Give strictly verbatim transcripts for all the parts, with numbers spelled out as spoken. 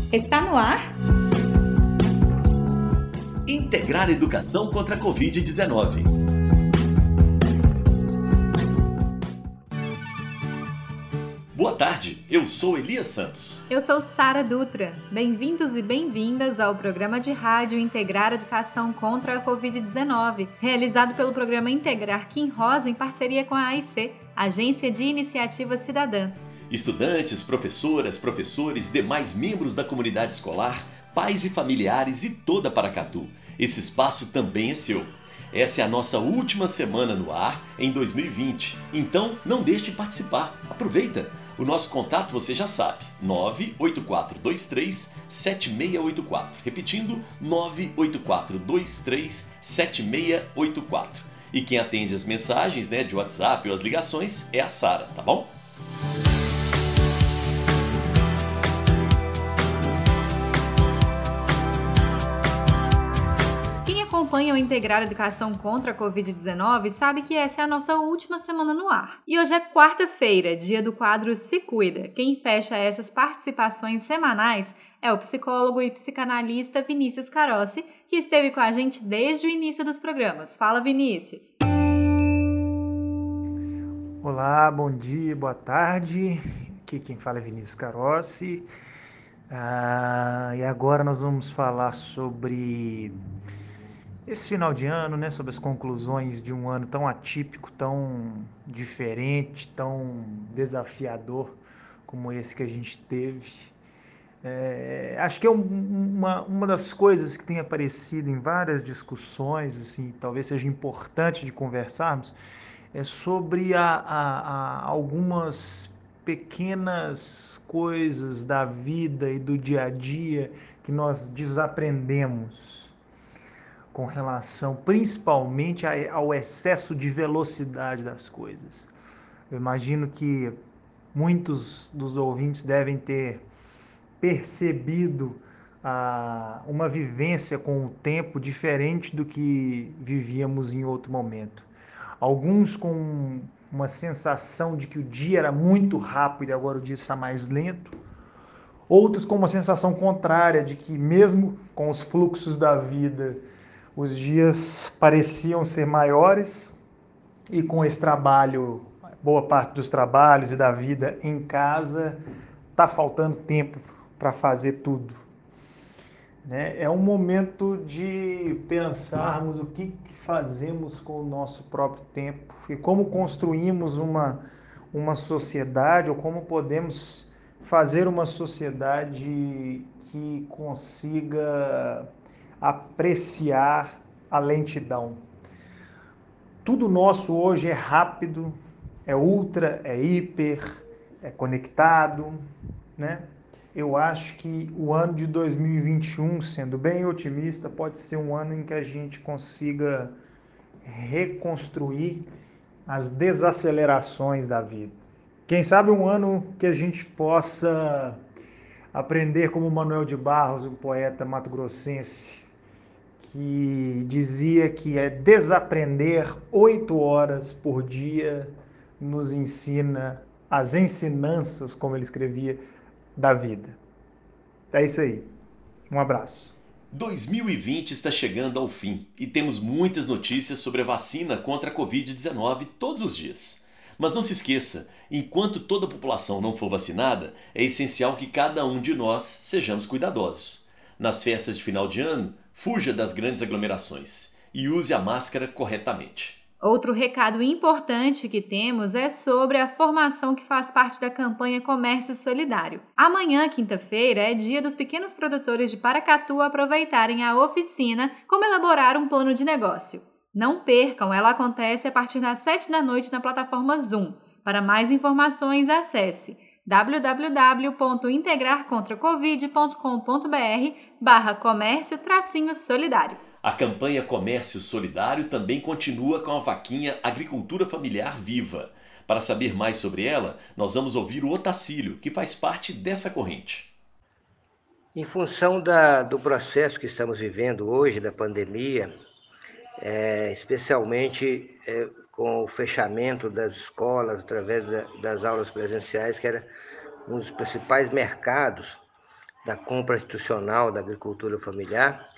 Está no ar? Integrar Educação contra a covid dezenove. Boa tarde, eu sou Elias Santos. Eu sou Sara Dutra. Bem-vindos e bem-vindas ao programa de rádio Integrar Educação contra a covid dezenove, realizado pelo programa Integrar Kim Rosa em parceria com a A I C, Agência de Iniciativas Cidadãs. Estudantes, professoras, professores, demais membros da comunidade escolar, pais e familiares e toda Paracatu. Esse espaço também é seu. Essa é a nossa última semana no ar em dois mil e vinte, então não deixe de participar. Aproveita! O nosso contato você já sabe, nove oito quatro dois três sete seis oito quatro. Repetindo, nove oito quatro dois três sete seis oito quatro. E quem atende as mensagens, né, de WhatsApp ou as ligações é a Sara, tá bom? Acompanha o Integrar Educação contra a covid dezenove sabe que essa é a nossa última semana no ar. E hoje é quarta-feira, dia do quadro Se Cuida. Quem fecha essas participações semanais é o psicólogo e psicanalista Vinícius Carossi, que esteve com a gente desde o início dos programas. Fala, Vinícius! Olá, bom dia, boa tarde. Aqui quem fala é Vinícius Carossi. Ah, e agora nós vamos falar sobre esse final de ano, né, sobre as conclusões de um ano tão atípico, tão diferente, tão desafiador como esse que a gente teve. É, acho que é um, uma, uma das coisas que tem aparecido em várias discussões, assim, talvez seja importante de conversarmos, é sobre a, a, a algumas pequenas coisas da vida e do dia a dia que nós desaprendemos com relação principalmente ao excesso de velocidade das coisas. Eu imagino que muitos dos ouvintes devem ter percebido ah, uma vivência com o tempo diferente do que vivíamos em outro momento. Alguns com uma sensação de que o dia era muito rápido e agora o dia está mais lento. Outros com uma sensação contrária de que mesmo com os fluxos da vida, os dias pareciam ser maiores e com esse trabalho, boa parte dos trabalhos e da vida em casa, está faltando tempo para fazer tudo. Né? É um momento de pensarmos o que fazemos com o nosso próprio tempo e como construímos uma, uma sociedade ou como podemos fazer uma sociedade que consiga apreciar a lentidão. Tudo nosso hoje é rápido, é ultra, é hiper, é conectado, né? Eu acho que o ano de dois mil e vinte e um, sendo bem otimista, pode ser um ano em que a gente consiga reconstruir as desacelerações da vida. Quem sabe um ano que a gente possa aprender como Manuel de Barros, um poeta mato-grossense, que dizia que é desaprender oito horas por dia nos ensina as ensinanças, como ele escrevia, da vida. É isso aí. Um abraço. dois mil e vinte está chegando ao fim e temos muitas notícias sobre a vacina contra a covid dezenove todos os dias. Mas não se esqueça, enquanto toda a população não for vacinada, é essencial que cada um de nós sejamos cuidadosos. Nas festas de final de ano, fuja das grandes aglomerações e use a máscara corretamente. Outro recado importante que temos é sobre a formação que faz parte da campanha Comércio Solidário. Amanhã, quinta-feira, é dia dos pequenos produtores de Paracatu aproveitarem a oficina Como Elaborar um Plano de Negócio. Não percam, ela acontece a partir das sete da noite na plataforma Zoom. Para mais informações, acesse w w w ponto integrar contra covid ponto com ponto b r barra comércio tracinho solidário. A campanha Comércio Solidário também continua com a vaquinha Agricultura Familiar Viva. Para saber mais sobre ela, nós vamos ouvir o Otacílio, que faz parte dessa corrente. Em função da, do processo que estamos vivendo hoje, da pandemia, é, especialmente é, com o fechamento das escolas através da, das aulas presenciais, que era um dos principais mercados da compra institucional da agricultura familiar,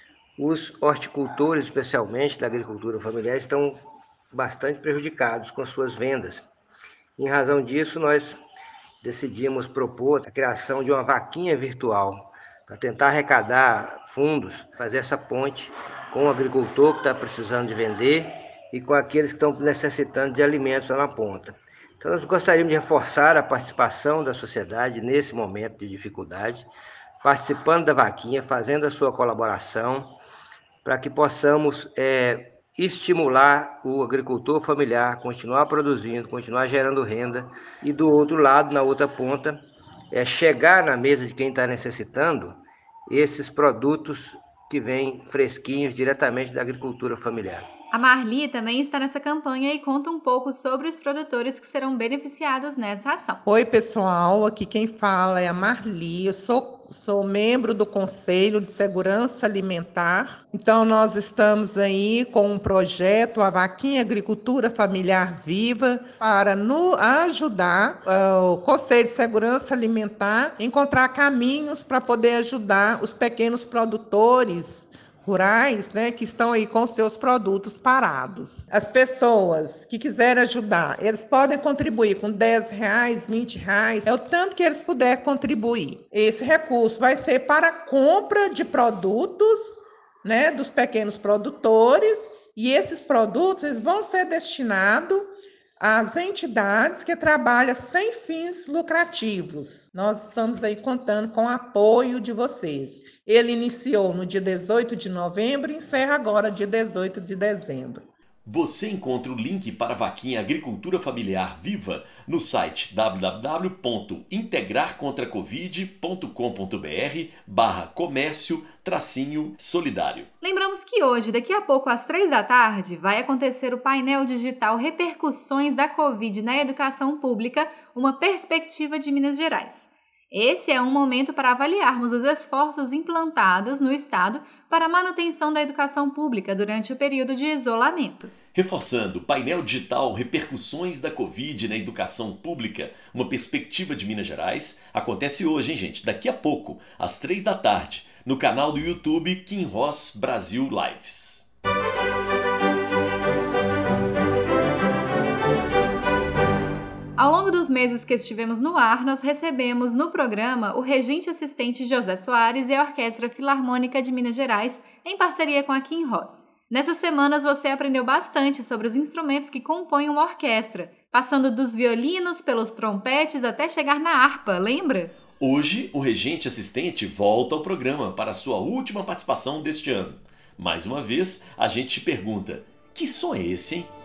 os horticultores, especialmente da agricultura familiar, estão bastante prejudicados com as suas vendas. Em razão disso, nós decidimos propor a criação de uma vaquinha virtual para tentar arrecadar fundos, fazer essa ponte com o agricultor que está precisando de vender e com aqueles que estão necessitando de alimentos lá na ponta. Então, nós gostaríamos de reforçar a participação da sociedade nesse momento de dificuldade, participando da vaquinha, fazendo a sua colaboração, para que possamos é, estimular o agricultor familiar a continuar produzindo, continuar gerando renda, e do outro lado, na outra ponta, é chegar na mesa de quem está necessitando esses produtos que vêm fresquinhos diretamente da agricultura familiar. A Marli também está nessa campanha e conta um pouco sobre os produtores que serão beneficiados nessa ação. Oi, pessoal, aqui quem fala é a Marli, eu sou, sou membro do Conselho de Segurança Alimentar. Então, nós estamos aí com um projeto, a Vaquinha Agricultura Familiar Viva, para nos ajudar, uh, o Conselho de Segurança Alimentar, a encontrar caminhos para poder ajudar os pequenos produtores rurais, né, que estão aí com seus produtos parados. As pessoas que quiserem ajudar, eles podem contribuir com dez reais, vinte reais, é o tanto que eles puderem contribuir. Esse recurso vai ser para a compra de produtos, né, dos pequenos produtores, e esses produtos eles vão ser destinados às entidades que trabalham sem fins lucrativos. Nós estamos aí contando com o apoio de vocês. Ele iniciou no dia dezoito de novembro e encerra agora dia dezoito de dezembro. Você encontra o link para a Vaquinha Agricultura Familiar Viva no site w w w ponto integrar contra covid ponto com ponto b r barra comércio tracinho solidário. Lembramos que hoje, daqui a pouco às três da tarde, vai acontecer o painel digital Repercussões da Covid na Educação Pública, uma perspectiva de Minas Gerais. Esse é um momento para avaliarmos os esforços implantados no Estado para a manutenção da educação pública durante o período de isolamento. Reforçando, painel digital Repercussões da Covid na Educação Pública, uma perspectiva de Minas Gerais, acontece hoje, hein, gente? Daqui a pouco, às três da tarde, no canal do YouTube Kinross Brasil Lives. Ao longo dos meses que estivemos no ar, nós recebemos no programa o regente assistente José Soares e a Orquestra Filarmônica de Minas Gerais, em parceria com a Kinross. Nessas semanas você aprendeu bastante sobre os instrumentos que compõem uma orquestra, passando dos violinos pelos trompetes até chegar na harpa, lembra? Hoje, o regente assistente volta ao programa para a sua última participação deste ano. Mais uma vez, a gente te pergunta, que som é esse, hein?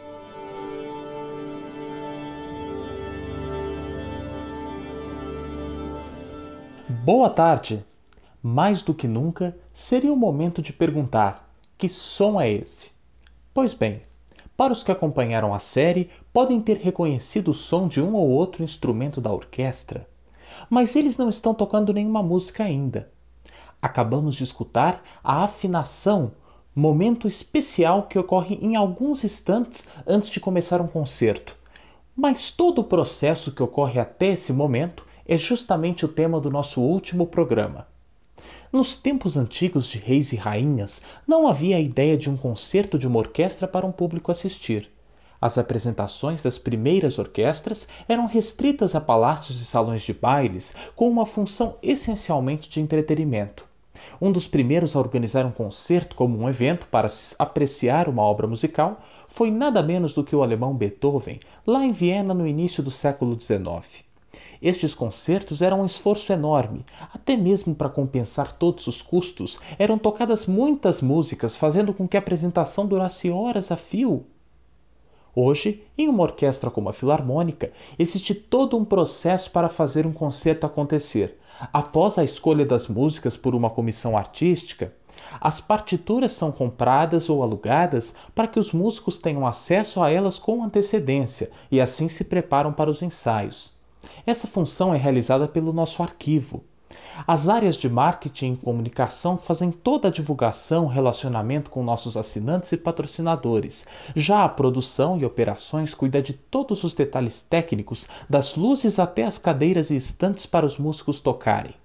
Boa tarde! Mais do que nunca, seria o momento de perguntar, que som é esse? Pois bem, para os que acompanharam a série, podem ter reconhecido o som de um ou outro instrumento da orquestra, mas eles não estão tocando nenhuma música ainda. Acabamos de escutar a afinação, momento especial que ocorre em alguns instantes antes de começar um concerto. Mas todo o processo que ocorre até esse momento é justamente o tema do nosso último programa. Nos tempos antigos de reis e rainhas, não havia a ideia de um concerto de uma orquestra para um público assistir. As apresentações das primeiras orquestras eram restritas a palácios e salões de bailes, com uma função essencialmente de entretenimento. Um dos primeiros a organizar um concerto como um evento para apreciar uma obra musical foi nada menos do que o alemão Beethoven, lá em Viena no início do século dezenove. Estes concertos eram um esforço enorme, até mesmo para compensar todos os custos, eram tocadas muitas músicas, fazendo com que a apresentação durasse horas a fio. Hoje, em uma orquestra como a Filarmônica, existe todo um processo para fazer um concerto acontecer. Após a escolha das músicas por uma comissão artística, as partituras são compradas ou alugadas para que os músicos tenham acesso a elas com antecedência e assim se preparam para os ensaios. Essa função é realizada pelo nosso arquivo. As áreas de marketing e comunicação fazem toda a divulgação, relacionamento com nossos assinantes e patrocinadores. Já a produção e operações cuida de todos os detalhes técnicos, das luzes até as cadeiras e estantes para os músicos tocarem.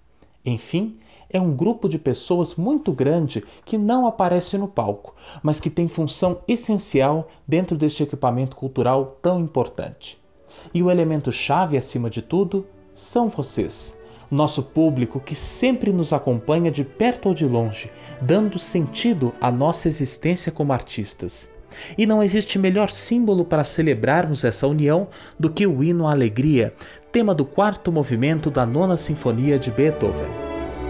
Enfim, é um grupo de pessoas muito grande que não aparece no palco, mas que tem função essencial dentro deste equipamento cultural tão importante. E o elemento-chave, acima de tudo, são vocês, nosso público que sempre nos acompanha de perto ou de longe, dando sentido à nossa existência como artistas. E não existe melhor símbolo para celebrarmos essa união do que o hino à alegria, tema do quarto movimento da Nona Sinfonia de Beethoven.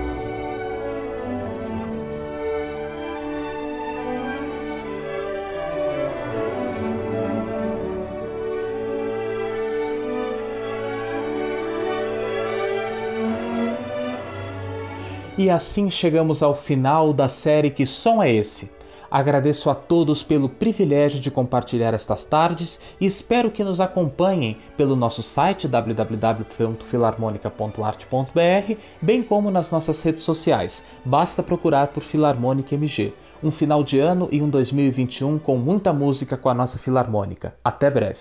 E assim chegamos ao final da série Que Som é Esse? Agradeço a todos pelo privilégio de compartilhar estas tardes e espero que nos acompanhem pelo nosso site w w w ponto filarmonica ponto art ponto b r, bem como nas nossas redes sociais. Basta procurar por Filarmônica M G. Um final de ano e um dois mil e vinte e um com muita música com a nossa Filarmônica. Até breve!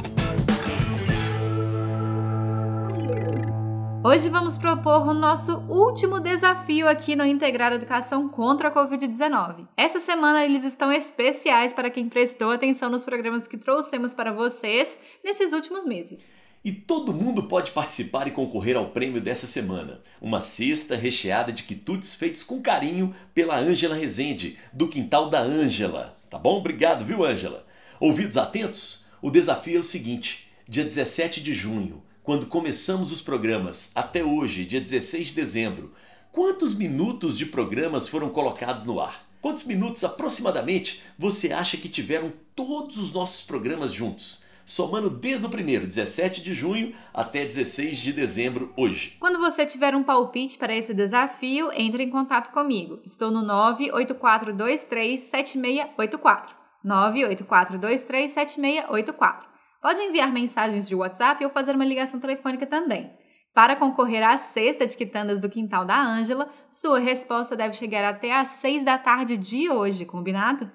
Hoje vamos propor o nosso último desafio aqui no Integrar Educação contra a covid dezenove. Essa semana eles estão especiais para quem prestou atenção nos programas que trouxemos para vocês nesses últimos meses. E todo mundo pode participar e concorrer ao prêmio dessa semana. Uma cesta recheada de quitutes feitos com carinho pela Ângela Rezende, do Quintal da Ângela. Tá bom? Obrigado, viu, Ângela? Ouvidos atentos? O desafio é o seguinte: dia dezessete de junho, quando começamos os programas, até hoje, dia dezesseis de dezembro, quantos minutos de programas foram colocados no ar? Quantos minutos aproximadamente você acha que tiveram todos os nossos programas juntos? Somando desde o primeiro, dezessete de junho, até dezesseis de dezembro, hoje. Quando você tiver um palpite para esse desafio, entre em contato comigo. Estou no nove oito quatro dois três sete seis oito quatro. nove oito quatro dois três sete seis oito quatro. Pode enviar mensagens de WhatsApp ou fazer uma ligação telefônica também. Para concorrer à cesta de quitandas do Quintal da Ângela, sua resposta deve chegar até às seis da tarde de hoje, combinado?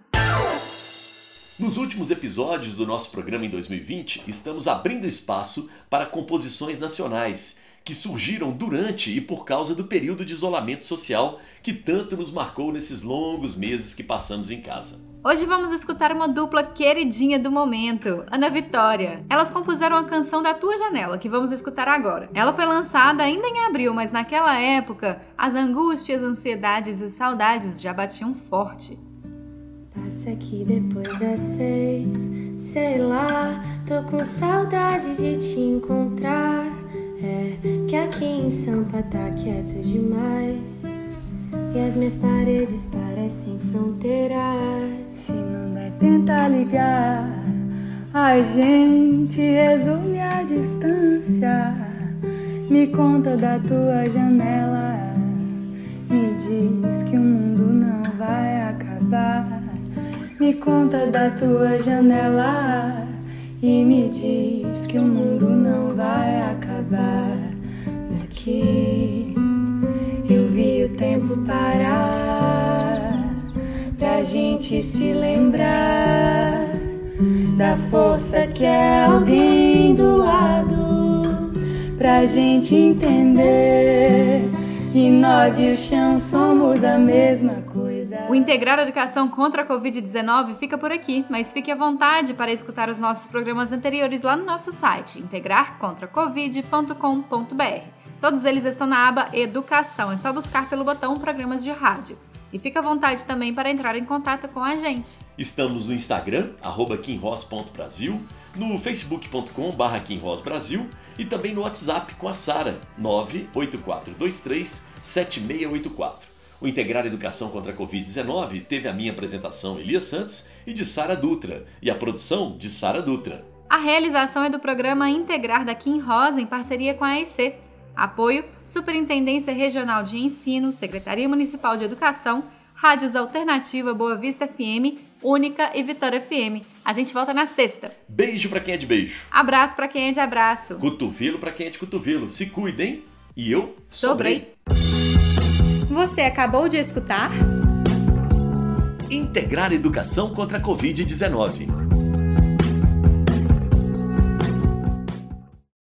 Nos últimos episódios do nosso programa em dois mil e vinte, estamos abrindo espaço para composições nacionais que surgiram durante e por causa do período de isolamento social que tanto nos marcou nesses longos meses que passamos em casa. Hoje vamos escutar uma dupla queridinha do momento, Ana Vitória. Elas compuseram a canção Da Tua Janela, que vamos escutar agora. Ela foi lançada ainda em abril, mas naquela época, as angústias, ansiedades e saudades já batiam forte. Passa aqui depois das seis, sei lá, tô com saudade de te encontrar. É que aqui em Sampa tá quieto demais e as minhas paredes parecem fronteiras. Se não der, tenta ligar, a gente resume a distância. Me conta da tua janela, me diz que o mundo não vai acabar. Me conta da tua janela e me diz que o mundo não vai acabar. Daqui eu vi o tempo parar pra gente se lembrar da força que é alguém do lado, pra gente entender que nós e o chão somos a mesma coisa. O Integrar Educação contra a covid dezenove fica por aqui, mas fique à vontade para escutar os nossos programas anteriores lá no nosso site, integrar contra covid ponto com ponto b r. Todos eles estão na aba Educação, é só buscar pelo botão Programas de Rádio. E fica à vontade também para entrar em contato com a gente. Estamos no Instagram, arroba quinros ponto brasil, no facebook ponto com barra quinrosbrasil e também no WhatsApp com a Sara, nove oito quatro dois três sete seis oito quatro. O Integrar Educação contra a covid dezenove teve a minha apresentação, Elias Santos, e de Sara Dutra, e a produção de Sara Dutra. A realização é do programa Integrar da Quinros em parceria com a A E C. Apoio, Superintendência Regional de Ensino, Secretaria Municipal de Educação, Rádios Alternativa Boa Vista F M, Única e Vitória F M. A gente volta na sexta. Beijo pra quem é de beijo. Abraço pra quem é de abraço. Cotovelo pra quem é de cotovelo. Se cuidem. E eu sobrei. Você acabou de escutar? Integrar Educação contra a covid dezenove.